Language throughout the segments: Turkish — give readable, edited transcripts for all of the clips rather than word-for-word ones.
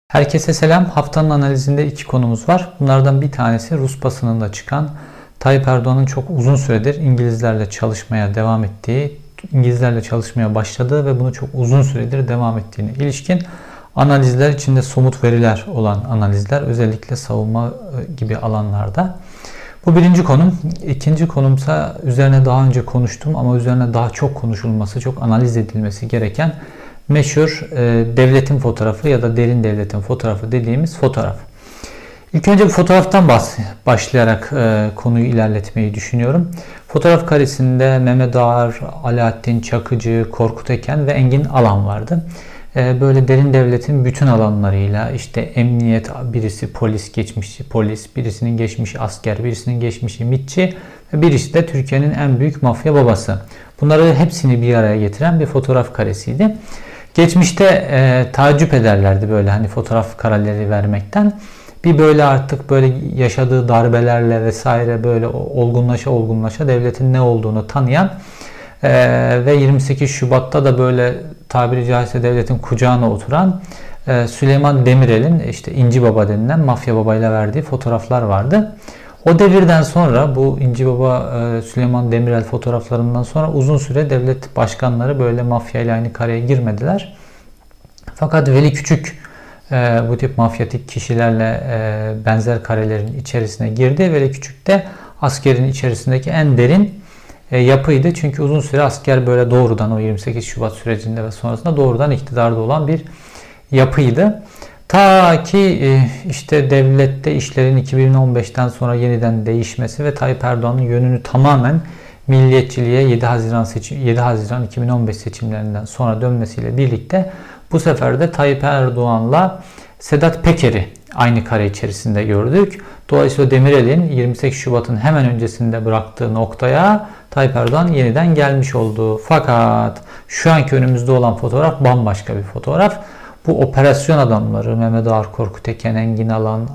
Herkese selam. Haftanın analizinde iki konumuz var. Bunlardan bir tanesi Rus basınında çıkan Tayyip Erdoğan'ın çok uzun süredir İngilizlerle çalışmaya devam ettiği, İngilizlerle çalışmaya başladığı ve bunu çok uzun süredir devam ettiğine ilişkin analizler, içinde somut veriler olan analizler, özellikle savunma gibi alanlarda. Bu birinci konum. İkinci konumsa üzerine daha önce konuştum ama üzerine daha çok konuşulması, çok analiz edilmesi gereken meşhur devletin fotoğrafı ya da derin devletin fotoğrafı dediğimiz fotoğraf. İlk önce bir fotoğraftan başlayarak konuyu ilerletmeyi düşünüyorum. Fotoğraf karesinde Mehmet Ağar, Alaaddin Çakıcı, Korkut Eken ve Engin Alan vardı. Böyle derin devletin bütün alanlarıyla, işte emniyet, birisi polis, geçmişi polis, birisinin geçmişi asker, birisinin geçmişi MİT'çi ve birisi de Türkiye'nin en büyük mafya babası. Bunları hepsini bir araya getiren bir fotoğraf karesiydi. Geçmişte tacip ederlerdi böyle hani fotoğraf kareleri vermekten. Bir böyle artık böyle yaşadığı darbelerle vesaire böyle olgunlaşa devletin ne olduğunu tanıyan ve 28 Şubat'ta da böyle tabiri caizse devletin kucağına oturan Süleyman Demirel'in işte İnci Baba denilen mafya babayla verdiği fotoğraflar vardı. O devirden sonra bu İnci Baba Süleyman Demirel fotoğraflarından sonra uzun süre devlet başkanları böyle mafya ile aynı kareye girmediler. Fakat Veli Küçük bu tip mafyatik kişilerle benzer karelerin içerisine girdi. Veli Küçük de askerin içerisindeki en derin yapıydı. Çünkü uzun süre asker böyle doğrudan o 28 Şubat sürecinde ve sonrasında doğrudan iktidarda olan bir yapıydı. Ta ki işte devlette işlerin 2015'ten sonra yeniden değişmesi ve Tayyip Erdoğan'ın yönünü tamamen milliyetçiliğe 7 Haziran 2015 seçimlerinden sonra dönmesiyle birlikte bu sefer de Tayyip Erdoğan'la Sedat Peker'i aynı kare içerisinde gördük. Dolayısıyla Demirel'in 28 Şubat'ın hemen öncesinde bıraktığı noktaya Tayyip Erdoğan yeniden gelmiş oldu. Fakat şu anki önümüzde olan fotoğraf bambaşka bir fotoğraf. Bu operasyon adamları Mehmet Ağar, Korkut Eken, Engin Alan,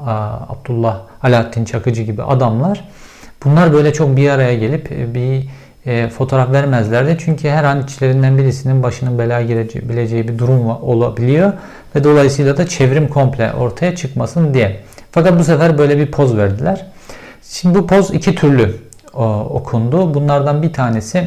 Alaaddin Çakıcı gibi adamlar, bunlar böyle çok bir araya gelip bir fotoğraf vermezlerdi. Çünkü her an içlerinden birisinin başının belaya girebileceği bir durum olabiliyor ve dolayısıyla da çevrim komple ortaya çıkmasın diye. Fakat bu sefer böyle bir poz verdiler. Şimdi bu poz iki türlü okundu. Bunlardan bir tanesi,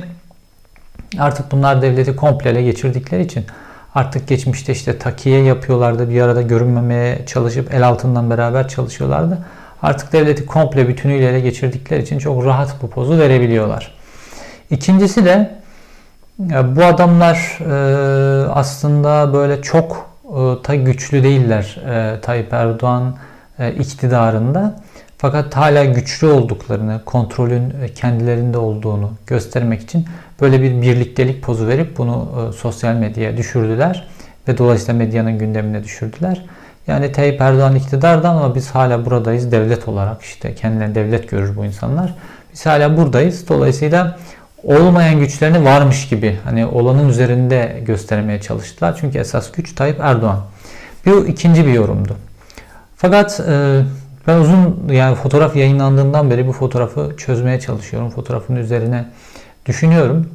artık bunlar devleti komple ele geçirdikleri için artık geçmişte işte takiye yapıyorlardı. Bir arada görünmemeye çalışıp el altından beraber çalışıyorlardı. Artık devleti komple bütünüyle ele geçirdikleri için çok rahat bu pozu verebiliyorlar. İkincisi de bu adamlar aslında böyle çok da güçlü değiller Tayyip Erdoğan iktidarında. Fakat hala güçlü olduklarını, kontrolün kendilerinde olduğunu göstermek için böyle bir birliktelik pozu verip bunu sosyal medyaya düşürdüler ve dolayısıyla medyanın gündemine düşürdüler. Yani Tayyip Erdoğan iktidarda ama biz hala buradayız devlet olarak, işte kendilerini devlet görür bu insanlar. Biz hala buradayız. Dolayısıyla olmayan güçlerini varmış gibi hani olanın üzerinde göstermeye çalıştılar. Çünkü esas güç Tayyip Erdoğan. Bu ikinci bir yorumdu. Fakat ben yani fotoğraf yayınlandığından beri bu fotoğrafı çözmeye çalışıyorum. Fotoğrafın üzerine düşünüyorum.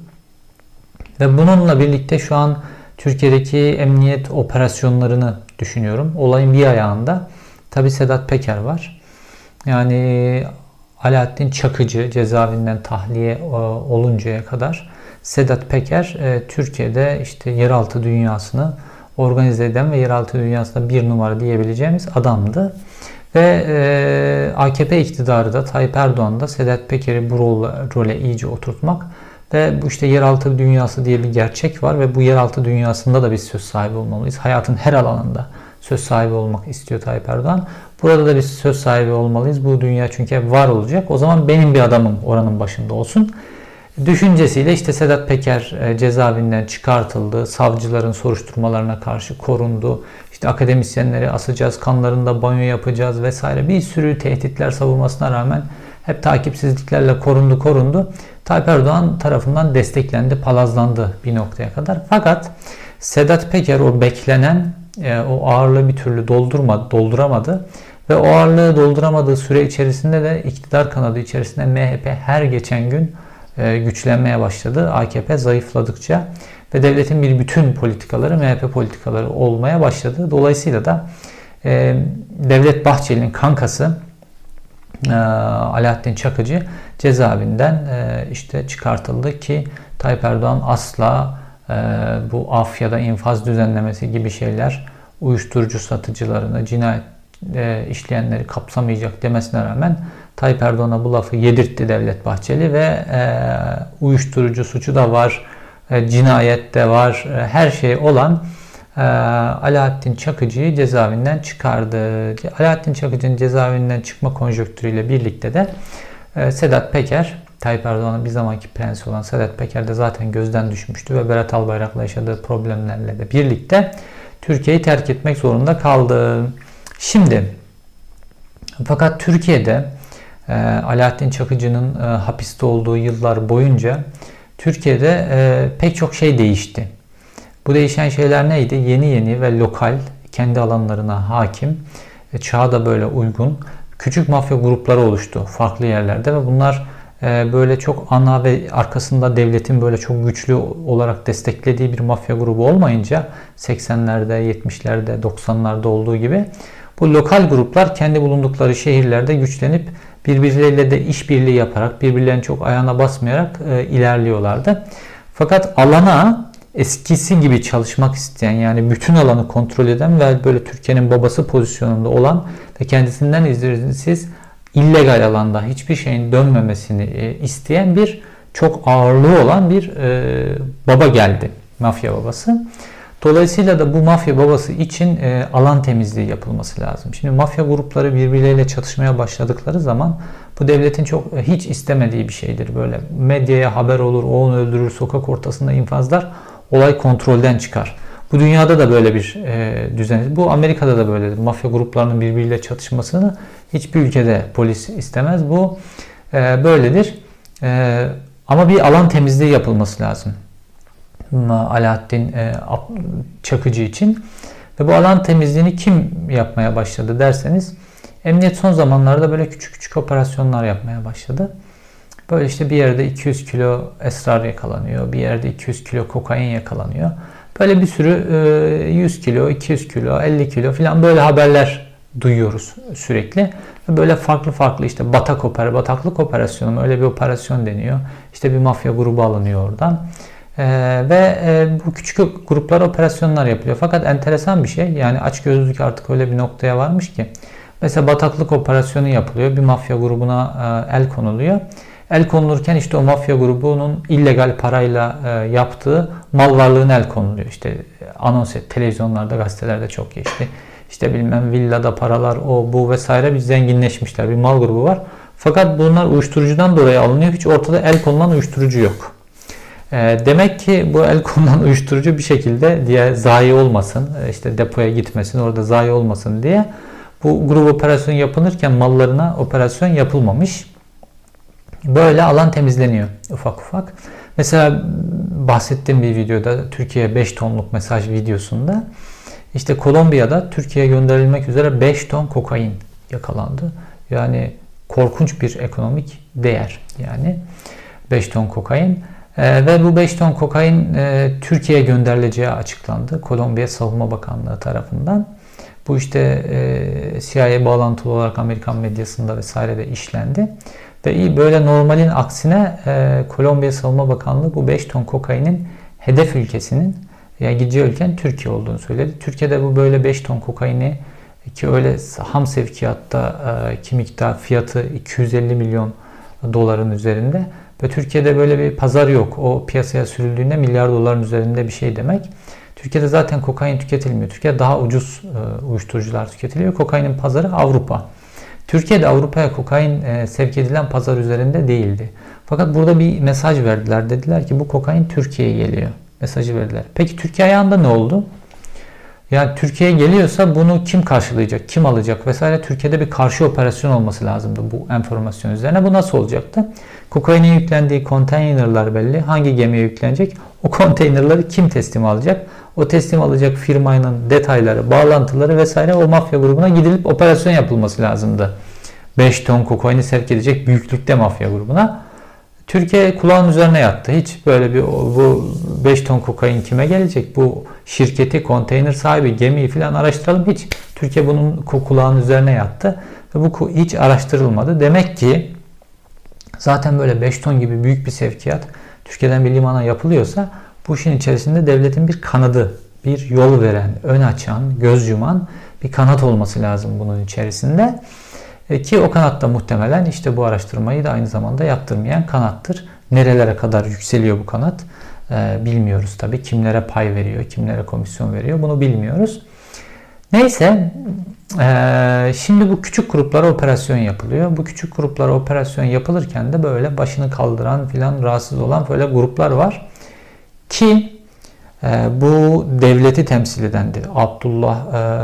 Ve bununla birlikte şu an Türkiye'deki emniyet operasyonlarını düşünüyorum. Olayın bir ayağında tabii Sedat Peker var. Yani Alaaddin Çakıcı cezaevinden tahliye oluncaya kadar Sedat Peker Türkiye'de işte yeraltı dünyasını organize eden ve yeraltı dünyasında bir numara diyebileceğimiz adamdı. Ve AKP iktidarı da Tayyip Erdoğan da Sedat Peker'i bu role iyice oturtmak ve bu işte yeraltı dünyası diye bir gerçek var ve bu yeraltı dünyasında da biz söz sahibi olmalıyız. Hayatın her alanında söz sahibi olmak istiyor Tayyip Erdoğan. Burada da biz söz sahibi olmalıyız. Bu dünya çünkü var olacak. O zaman benim bir adamım oranın başında olsun düşüncesiyle işte Sedat Peker cezaevinden çıkartıldı. Savcıların soruşturmalarına karşı korundu. İşte akademisyenleri asacağız, kanlarında banyo yapacağız vesaire. Bir sürü tehditler savurmasına rağmen hep takipsizliklerle korundu. Tayyip Erdoğan tarafından desteklendi, palazlandı bir noktaya kadar. Fakat Sedat Peker o beklenen o ağırlığı bir türlü dolduramadı. Ve o ağırlığı dolduramadığı süre içerisinde de iktidar kanadı içerisinde MHP her geçen gün güçlenmeye başladı. AKP zayıfladıkça ve devletin bir bütün politikaları MHP politikaları olmaya başladı. Dolayısıyla da Devlet Bahçeli'nin kankası Alaaddin Çakıcı cezaevinden işte çıkartıldı ki Tayyip Erdoğan asla bu af ya da infaz düzenlemesi gibi şeyler uyuşturucu satıcılarını, cinayet işleyenleri kapsamayacak demesine rağmen Tayyip Erdoğan'a bu lafı yedirtti Devlet Bahçeli ve uyuşturucu suçu da var, cinayet de var, her şey olan Alaaddin Çakıcı'yı cezaevinden çıkardı. Alaaddin Çakıcı'nın cezaevinden çıkma konjonktürüyle birlikte de Sedat Peker, Tayyip Erdoğan'ın bir zamanki prensi olan Sedat Peker de zaten gözden düşmüştü ve Berat Albayrak'la yaşadığı problemlerle de birlikte Türkiye'yi terk etmek zorunda kaldı. Şimdi fakat Türkiye'de Alaaddin Çakıcı'nın hapiste olduğu yıllar boyunca Türkiye'de pek çok şey değişti. Bu değişen şeyler neydi? Yeni yeni ve lokal, kendi alanlarına hakim, çağa da böyle uygun küçük mafya grupları oluştu farklı yerlerde ve bunlar böyle çok ana ve arkasında devletin böyle çok güçlü olarak desteklediği bir mafya grubu olmayınca 80'lerde, 70'lerde, 90'larda olduğu gibi bu lokal gruplar kendi bulundukları şehirlerde güçlenip birbirleriyle de işbirliği yaparak, birbirlerinin çok ayağına basmayarak ilerliyorlardı. Fakat alana eskisi gibi çalışmak isteyen, yani bütün alanı kontrol eden ve böyle Türkiye'nin babası pozisyonunda olan ve kendisinden izinsiz illegal alanda hiçbir şeyin dönmemesini isteyen bir çok ağırlığı olan bir baba geldi. Mafya babası. Dolayısıyla da bu mafya babası için alan temizliği yapılması lazım. Şimdi mafya grupları birbirleriyle çatışmaya başladıkları zaman bu devletin çok hiç istemediği bir şeydir. Böyle medyaya haber olur, o onu öldürür, sokak ortasında infazlar, olay kontrolden çıkar. Bu dünyada da böyle bir düzen. Bu Amerika'da da böyledir. Mafya gruplarının birbiriyle çatışmasını hiçbir ülkede polis istemez. Bu böyledir. Ama bir alan temizliği yapılması lazım. Alaaddin Çakıcı için. Ve bu alan temizliğini kim yapmaya başladı derseniz, emniyet son zamanlarda böyle küçük küçük operasyonlar yapmaya başladı. Böyle işte bir yerde 200 kilo esrar yakalanıyor, bir yerde 200 kilo kokain yakalanıyor. Böyle bir sürü 100 kilo, 200 kilo, 50 kilo falan böyle haberler duyuyoruz sürekli. Böyle farklı farklı işte bataklık operasyonu, öyle bir operasyon deniyor. İşte bir mafya grubu alınıyor oradan. Bu küçük gruplar operasyonlar yapılıyor. Fakat enteresan bir şey, yani açgözlülük artık öyle bir noktaya varmış ki mesela bataklık operasyonu yapılıyor. Bir mafya grubuna el konuluyor. El konulurken işte o mafya grubunun illegal parayla yaptığı mal varlığına el konuluyor. İşte anons et, televizyonlarda, gazetelerde çok geçti. İşte bilmem villada paralar, o bu vesaire, bir zenginleşmişler, bir mal grubu var. Fakat bunlar uyuşturucudan dolayı alınıyor. Hiç ortada el konulan uyuşturucu yok. Demek ki bu el konulan uyuşturucu bir şekilde diye zayi olmasın, işte depoya gitmesin, orada zayi olmasın diye bu grup operasyon yapılırken mallarına operasyon yapılmamış. Böyle alan temizleniyor ufak ufak. Mesela bahsettiğim bir videoda, Türkiye 5 tonluk mesaj videosunda, işte Kolombiya'da Türkiye'ye gönderilmek üzere 5 ton kokain yakalandı. Yani korkunç bir ekonomik değer. Yani 5 ton kokain. Ve bu 5 ton kokain Türkiye'ye gönderileceği açıklandı. Kolombiya Savunma Bakanlığı tarafından. Bu işte CIA bağlantılı olarak Amerikan medyasında vesairede işlendi. Ve böyle normalin aksine Kolombiya Savunma Bakanlığı bu 5 ton kokainin hedef ülkesinin, yani gideceği ülkenin Türkiye olduğunu söyledi. Türkiye'de bu böyle 5 ton kokaini, ki öyle ham sevkiyatta ki miktar fiyatı 250 milyon doların üzerinde ve Türkiye'de böyle bir pazar yok. O piyasaya sürüldüğünde milyar doların üzerinde bir şey demek. Türkiye'de zaten kokain tüketilmiyor. Türkiye'de daha ucuz uyuşturucular tüketiliyor. Kokainin pazarı Avrupa. Türkiye'de Avrupa'ya kokain sevk edilen pazar üzerinde değildi. Fakat burada bir mesaj verdiler. Dediler ki bu kokain Türkiye'ye geliyor. Mesajı verdiler. Peki Türkiye ayağında ne oldu? Yani Türkiye'ye geliyorsa bunu kim karşılayacak, kim alacak vesaire, Türkiye'de bir karşı operasyon olması lazımdı bu enformasyon üzerine. Bu nasıl olacaktı? Kokainin yüklendiği konteynerler belli. Hangi gemiye yüklenecek? O konteynerleri kim teslim alacak? O teslim alacak firmanın detayları, bağlantıları vesaire o mafya grubuna gidilip operasyon yapılması lazımdı. 5 ton kokaini sevk edecek büyüklükte mafya grubuna. Türkiye kulağın üzerine yattı. Hiç böyle bu 5 ton kokain kime gelecek? Bu şirketi, konteyner sahibi, gemiyi falan araştıralım. Hiç. Türkiye bunun kulağın üzerine yattı. Ve bu hiç araştırılmadı. Demek ki zaten böyle 5 ton gibi büyük bir sevkiyat Türkiye'den bir limana yapılıyorsa bu işin içerisinde devletin bir kanadı, bir yol veren, ön açan, göz yuman bir kanat olması lazım bunun içerisinde. Ki o kanat da muhtemelen işte bu araştırmayı da aynı zamanda yaptırmayan kanattır. Nerelere kadar yükseliyor bu kanat bilmiyoruz tabii. Kimlere pay veriyor, kimlere komisyon veriyor bunu bilmiyoruz. Neyse şimdi bu küçük gruplara operasyon yapılıyor. Bu küçük gruplara operasyon yapılırken de böyle başını kaldıran filan rahatsız olan böyle gruplar var. Ki bu devleti temsil edendir. Abdullah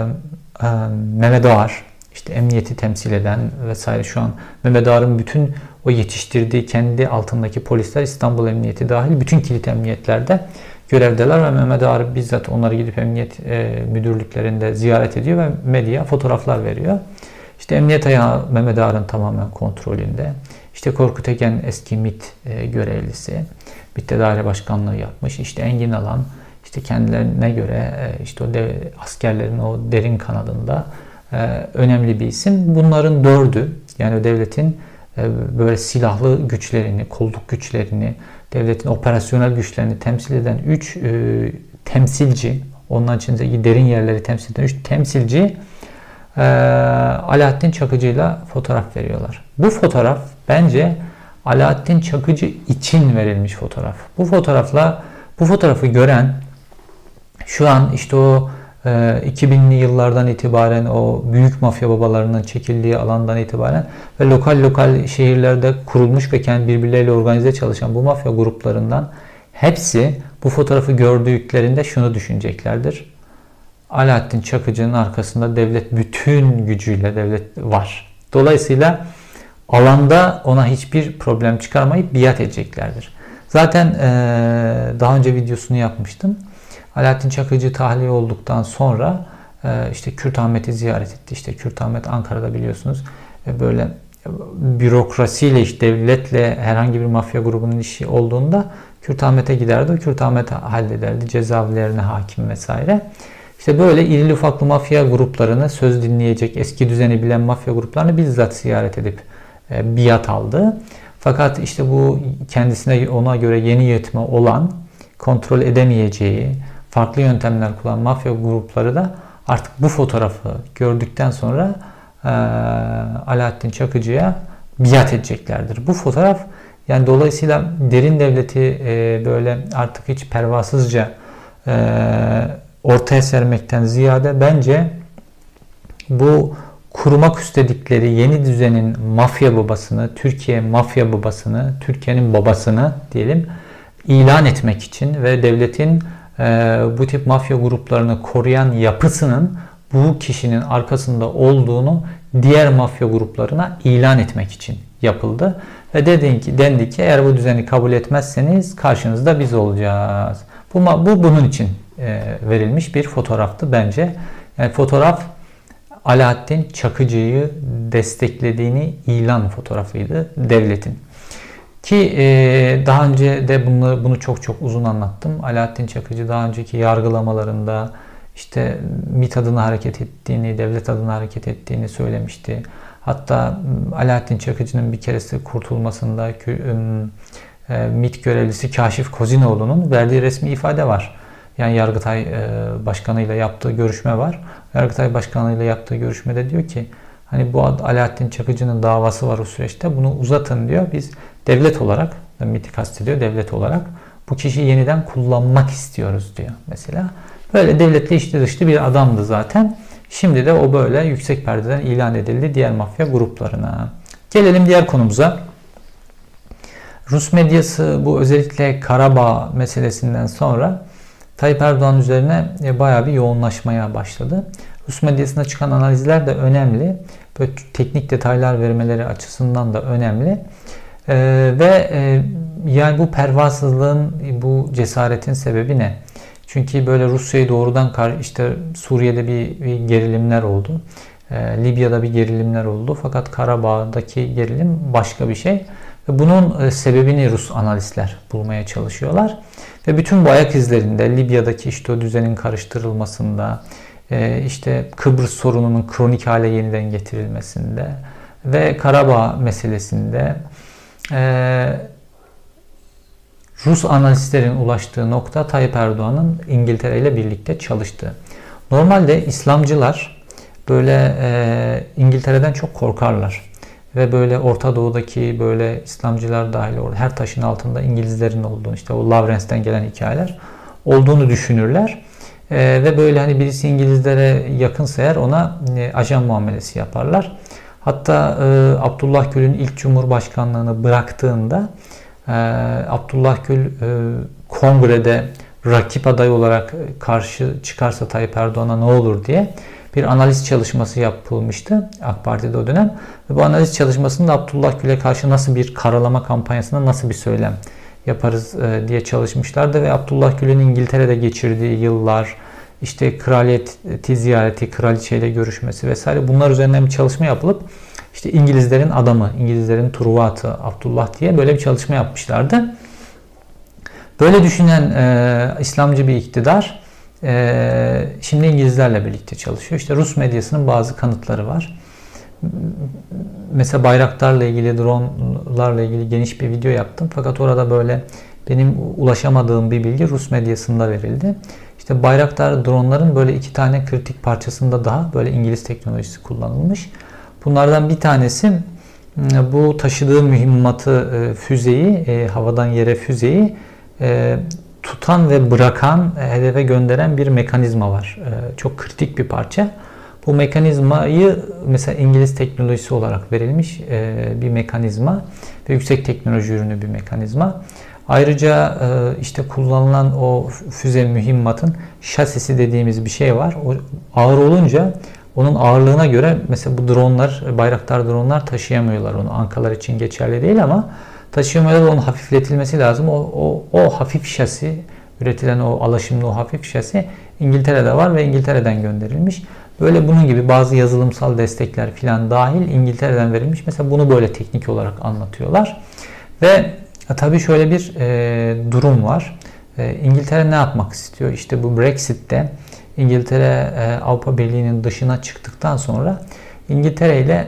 Mehmet Ağar, işte emniyeti temsil eden vesaire, şu an Mehmet Ağar'ın bütün o yetiştirdiği kendi altındaki polisler, İstanbul Emniyeti dahil bütün kilit emniyetlerde görevdeler ve Mehmet Ağar bizzat onları gidip emniyet müdürlüklerinde ziyaret ediyor ve medyaya fotoğraflar veriyor. İşte emniyet ayağı Mehmet Ağar'ın tamamen kontrolünde. İşte Korkut Egen eski MİT görevlisi. MİT'te daire başkanlığı yapmış. İşte Engin Alan işte kendilerine göre işte o askerlerin o derin kanadında önemli bir isim. Bunların dördü, yani devletin böyle silahlı güçlerini, kolluk güçlerini, devletin operasyonel güçlerini temsil eden 3 temsilci, onların içindeki derin yerleri temsil eden 3 temsilci Alaaddin Çakıcı'yla fotoğraf veriyorlar. Bu fotoğraf bence Alaaddin Çakıcı için verilmiş fotoğraf. Bu fotoğrafı gören şu an işte o 2000'li yıllardan itibaren o büyük mafya babalarının çekildiği alandan itibaren ve lokal şehirlerde kurulmuş ve kendi birbirleriyle organize çalışan bu mafya gruplarından hepsi bu fotoğrafı gördüklerinde şunu düşüneceklerdir. Alaaddin Çakıcı'nın arkasında devlet bütün gücüyle devlet var. Dolayısıyla alanda ona hiçbir problem çıkarmayıp biat edeceklerdir. Zaten daha önce videosunu yapmıştım. Alaaddin Çakıcı tahliye olduktan sonra işte Kürt Ahmet'i ziyaret etti. İşte Kürt Ahmet Ankara'da biliyorsunuz böyle bürokrasiyle, işte devletle herhangi bir mafya grubunun işi olduğunda Kürt Ahmet'e giderdi. O Kürt Ahmet hallederdi. Cezaevlerine hakim vesaire. İşte böyle irili ufaklı mafya gruplarını, söz dinleyecek, eski düzeni bilen mafya gruplarını bizzat ziyaret edip biat aldı. Fakat işte bu kendisine ona göre yeni yetme olan, kontrol edemeyeceği, farklı yöntemler kullanan mafya grupları da artık bu fotoğrafı gördükten sonra Alaaddin Çakıcı'ya biat edeceklerdir. Bu fotoğraf yani dolayısıyla derin devleti böyle artık hiç pervasızca ortaya sermekten ziyade bence bu kurmak istedikleri yeni düzenin mafya babasını, Türkiye mafya babasını, Türkiye'nin babasını diyelim ilan etmek için ve devletin bu tip mafya gruplarını koruyan yapısının bu kişinin arkasında olduğunu diğer mafya gruplarına ilan etmek için yapıldı. Ve dendi ki eğer bu düzeni kabul etmezseniz karşınızda biz olacağız. Bu bunun için verilmiş bir fotoğraftı bence. Yani fotoğraf Alaaddin Çakıcı'yı desteklediğini ilan fotoğrafıydı devletin. Ki daha önce de bunu çok uzun anlattım. Alaaddin Çakıcı daha önceki yargılamalarında işte MİT adına hareket ettiğini, devlet adına hareket ettiğini söylemişti. Hatta Alaaddin Çakıcı'nın bir keresi kurtulmasında MİT görevlisi Kaşif Kozinoğlu'nun verdiği resmi ifade var. Yani Yargıtay Başkanı'yla yaptığı görüşme var. Yargıtay Başkanı'yla yaptığı görüşmede diyor ki hani bu Alaaddin Çakıcı'nın davası var o süreçte, bunu uzatın diyor. Biz devlet olarak, MİT'i kastediyor, devlet olarak bu kişiyi yeniden kullanmak istiyoruz diyor mesela. Böyle devletle içli dışlı bir adamdı zaten. Şimdi de o böyle yüksek perdeden ilan edildi diğer mafya gruplarına. Gelelim diğer konumuza. Rus medyası bu özellikle Karabağ meselesinden sonra Tayyip Erdoğan üzerine bayağı bir yoğunlaşmaya başladı. Rus medyasında çıkan analizler de önemli. Böyle teknik detaylar vermeleri açısından da önemli. Yani bu pervasızlığın, bu cesaretin sebebi ne? Çünkü böyle Rusya'yı doğrudan işte Suriye'de bir gerilimler oldu. Libya'da bir gerilimler oldu. Fakat Karabağ'daki gerilim başka bir şey. Bunun sebebini Rus analistler bulmaya çalışıyorlar. Ve bütün bu ayak izlerinde Libya'daki işte o düzenin karıştırılmasında, işte Kıbrıs sorununun kronik hale yeniden getirilmesinde ve Karabağ meselesinde Rus analistlerin ulaştığı nokta Tayyip Erdoğan'ın İngiltere ile birlikte çalıştığı. Normalde İslamcılar böyle İngiltere'den çok korkarlar. Ve böyle Orta Doğu'daki böyle İslamcılar dahil her taşın altında İngilizlerin olduğunu, işte o Lawrence'den gelen hikayeler olduğunu düşünürler. Ve böyle hani birisi İngilizlere yakınsa eğer ona ajan muamelesi yaparlar. Hatta Abdullah Gül'ün ilk Cumhurbaşkanlığını bıraktığında Abdullah Gül kongrede rakip aday olarak karşı çıkarsa Tayyip Erdoğan'a ne olur diye bir analiz çalışması yapılmıştı AK Parti'de o dönem. Ve bu analiz çalışmasında Abdullah Gül'e karşı nasıl bir karalama kampanyasında nasıl bir söylem yaparız diye çalışmışlardı ve Abdullah Gül'ün İngiltere'de geçirdiği yıllar, işte kraliyeti ziyareti, kraliçeyle görüşmesi vesaire, bunlar üzerinden bir çalışma yapılıp işte İngilizlerin adamı, İngilizlerin Truvat'ı Abdullah diye böyle bir çalışma yapmışlardı. Böyle düşünen İslamcı bir iktidar şimdi İngilizlerle birlikte çalışıyor. İşte Rus medyasının bazı kanıtları var. Mesela Bayraktar'la ilgili, dronlarla ilgili geniş bir video yaptım. Fakat orada böyle benim ulaşamadığım bir bilgi Rus medyasında verildi. İşte Bayraktar dronların böyle 2 tane kritik parçasında daha böyle İngiliz teknolojisi kullanılmış. Bunlardan bir tanesi bu taşıdığı mühimmatı, füzeyi, havadan yere füzeyi tutan ve bırakan, hedefe gönderen bir mekanizma var. Çok kritik bir parça. Bu mekanizmayı mesela İngiliz teknolojisi olarak verilmiş bir mekanizma ve yüksek teknoloji ürünü bir mekanizma. Ayrıca işte kullanılan o füze mühimmatın şasisi dediğimiz bir şey var. O ağır olunca onun ağırlığına göre mesela bu dronlar, Bayraktar dronlar taşıyamıyorlar onu. Ankalar için geçerli değil ama taşıyamıyorlar, onun hafifletilmesi lazım. O hafif şasi, üretilen o alaşımlı o hafif şasi İngiltere'de var ve İngiltere'den gönderilmiş. Böyle bunun gibi bazı yazılımsal destekler filan dahil İngiltere'den verilmiş. Mesela bunu böyle teknik olarak anlatıyorlar. Ve tabii şöyle bir durum var. İngiltere ne yapmak istiyor? İşte bu Brexit'te İngiltere Avrupa Birliği'nin dışına çıktıktan sonra İngiltere ile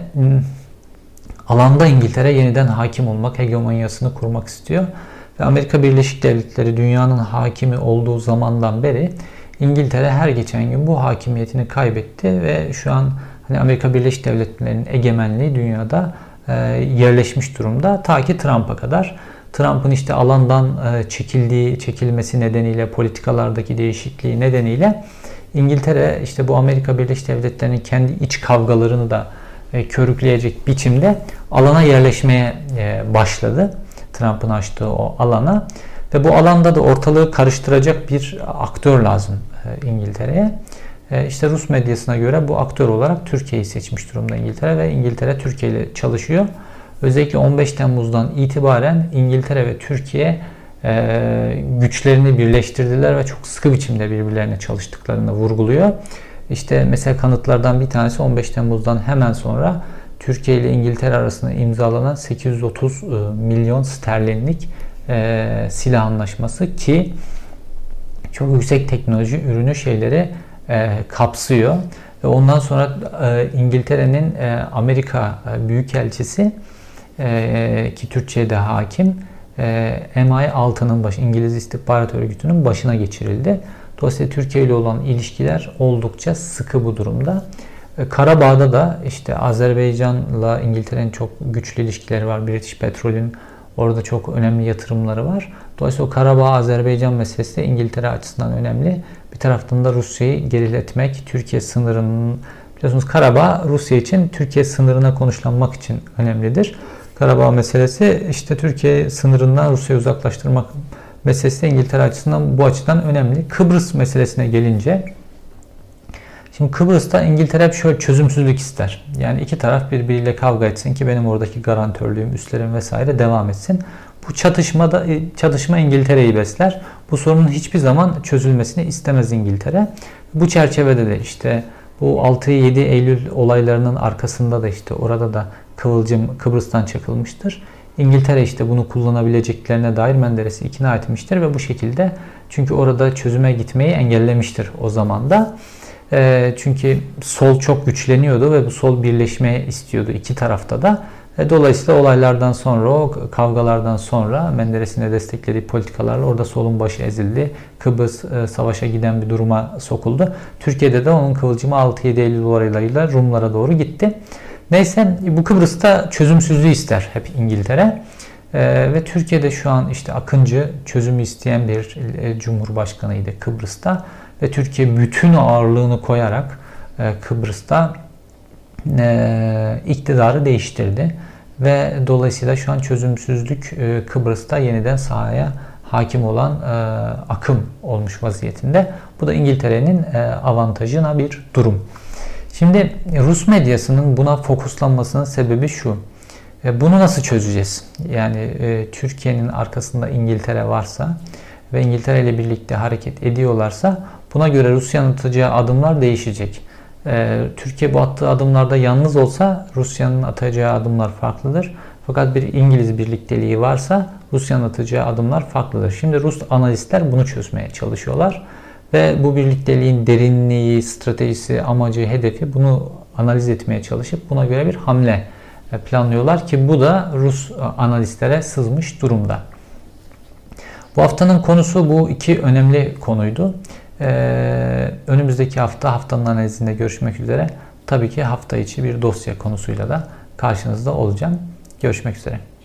alanda İngiltere yeniden hakim olmak, hegemonyasını kurmak istiyor. Ve Amerika Birleşik Devletleri dünyanın hakimi olduğu zamandan beri İngiltere her geçen gün bu hakimiyetini kaybetti ve şu an hani Amerika Birleşik Devletleri'nin egemenliği dünyada yerleşmiş durumda. Ta ki Trump'a kadar. Trump'ın işte alandan çekilmesi nedeniyle, politikalardaki değişikliği nedeniyle İngiltere işte bu Amerika Birleşik Devletleri'nin kendi iç kavgalarını da körükleyecek biçimde alana yerleşmeye başladı. Trump'ın açtığı o alana. Ve bu alanda da ortalığı karıştıracak bir aktör lazım İngiltere'ye. İşte Rus medyasına göre bu aktör olarak Türkiye'yi seçmiş durumda İngiltere ve İngiltere Türkiye ile çalışıyor. Özellikle 15 Temmuz'dan itibaren İngiltere ve Türkiye güçlerini birleştirdiler ve çok sıkı biçimde birbirlerine çalıştıklarını vurguluyor. İşte mesela kanıtlardan bir tanesi 15 Temmuz'dan hemen sonra Türkiye ile İngiltere arasında imzalanan 830 milyon sterlinlik silah anlaşması ki çok yüksek teknoloji ürünü şeyleri kapsıyor. Ve ondan sonra İngiltere'nin Amerika Büyükelçisi ki Türkçe'de hakim MI6'nın İngiliz İstihbarat Örgütü'nün başına geçirildi. Dolayısıyla Türkiye ile olan ilişkiler oldukça sıkı bu durumda. Karabağ'da da işte Azerbaycan'la İngiltere'nin çok güçlü ilişkileri var. British Petrol'ün orada çok önemli yatırımları var. Dolayısıyla o Karabağ-Azerbaycan meselesi de İngiltere açısından önemli. Bir taraftan da Rusya'yı geriletmek, Türkiye sınırının, biliyorsunuz Karabağ Rusya için Türkiye sınırına konuşlanmak için önemlidir. Karabağ meselesi işte Türkiye sınırından Rusya'yı uzaklaştırmak meselesi de İngiltere açısından bu açıdan önemli. Kıbrıs meselesine gelince, şimdi Kıbrıs'ta İngiltere hep şöyle çözümsüzlük ister. Yani iki taraf birbiriyle kavga etsin ki benim oradaki garantörlüğüm, üslerim vesaire devam etsin. Bu çatışma İngiltere'yi besler. Bu sorunun hiçbir zaman çözülmesini istemez İngiltere. Bu çerçevede de işte bu 6-7 Eylül olaylarının arkasında da işte orada da kıvılcım Kıbrıs'tan çakılmıştır. İngiltere işte bunu kullanabileceklerine dair Menderes'i ikna etmiştir ve bu şekilde, çünkü orada çözüme gitmeyi engellemiştir o zaman da. Çünkü sol çok güçleniyordu ve bu sol birleşmeyi istiyordu iki tarafta da. Dolayısıyla olaylardan sonra, o kavgalardan sonra Menderes'in de desteklediği politikalarla orada solun başı ezildi. Kıbrıs savaşa giden bir duruma sokuldu. Türkiye'de de onun kıvılcımı 6-7 Eylül olaylarıyla Rumlara doğru gitti. Neyse, bu Kıbrıs'ta çözümsüzlüğü ister hep İngiltere. Ve Türkiye'de şu an işte Akıncı çözümü isteyen bir cumhurbaşkanıydı Kıbrıs'ta. Ve Türkiye bütün ağırlığını koyarak Kıbrıs'ta iktidarı değiştirdi. Ve dolayısıyla şu an çözümsüzlük Kıbrıs'ta yeniden sahaya hakim olan akım olmuş vaziyetinde. Bu da İngiltere'nin avantajına bir durum. Şimdi Rus medyasının buna fokuslanmasının sebebi şu. Bunu nasıl çözeceğiz? Yani Türkiye'nin arkasında İngiltere varsa ve İngiltere ile birlikte hareket ediyorlarsa buna göre Rusya'nın atacağı adımlar değişecek. Türkiye bu attığı adımlarda yalnız olsa Rusya'nın atacağı adımlar farklıdır. Fakat bir İngiliz birlikteliği varsa Rusya'nın atacağı adımlar farklıdır. Şimdi Rus analistler bunu çözmeye çalışıyorlar. Ve bu birlikteliğin derinliği, stratejisi, amacı, hedefi, bunu analiz etmeye çalışıp buna göre bir hamle planlıyorlar ki bu da Rus analistlere sızmış durumda. Bu haftanın konusu bu iki önemli konuydu. Önümüzdeki haftanın analizinde görüşmek üzere. Tabii ki hafta içi bir dosya konusuyla da karşınızda olacağım. Görüşmek üzere.